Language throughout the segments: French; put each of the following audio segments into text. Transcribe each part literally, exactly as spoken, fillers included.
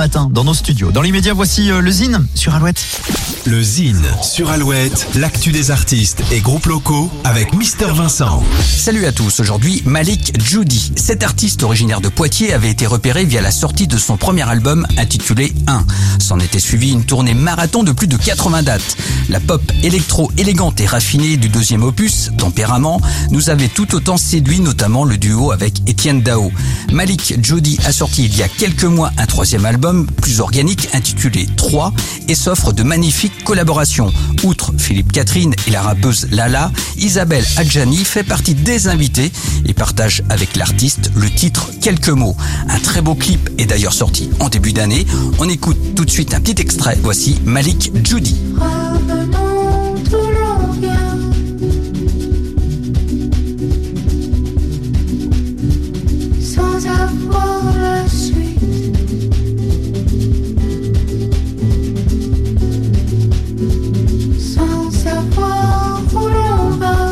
matin dans nos studios. Dans l'immédiat, voici euh, le Zine sur Alouette. Le Zine sur Alouette, l'actu des artistes et groupes locaux avec Mister Vincent. Salut à tous, aujourd'hui Malik Djoudi. Cet artiste originaire de Poitiers avait été repéré via la sortie de son premier album intitulé un. S'en était suivi une tournée marathon de plus de quatre-vingts dates. La pop électro élégante et raffinée du deuxième opus, Tempérament, nous avait tout autant séduit, notamment le duo avec Étienne Dao. Malik Djoudi a sorti il y a quelques mois un troisième album plus organique intitulé trois et s'offre de magnifiques collaborations. Outre Philippe Catherine et la rappeuse Lala, Isabelle Adjani fait partie des invités et partage avec l'artiste le titre Quelques mots. Un très beau clip est d'ailleurs sorti en début d'année. On écoute tout de suite un petit extrait. Voici Malik Djoudi. Revenons d'où l'on vient. Sans avoir la suite. Sans savoir où l'on va.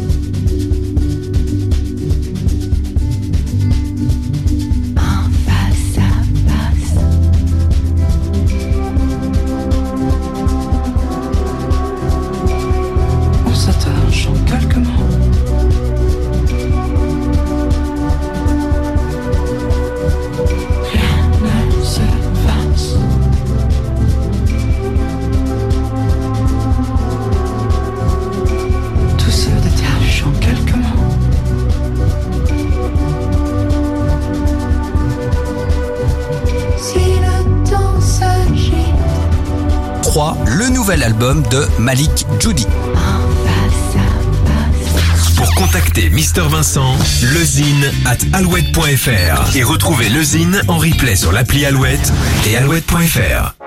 En face à face. On s'attache en quelques mots. Rien ne se passe. Tout se détache en quelques mots. Si le temps s'agite trois, le nouvel album de Malik Djoudi. en face à face. Pour contacter Mister Vincent, lezine at alouette point fr et retrouver le Zine en replay sur l'appli Alouette et alouette point fr.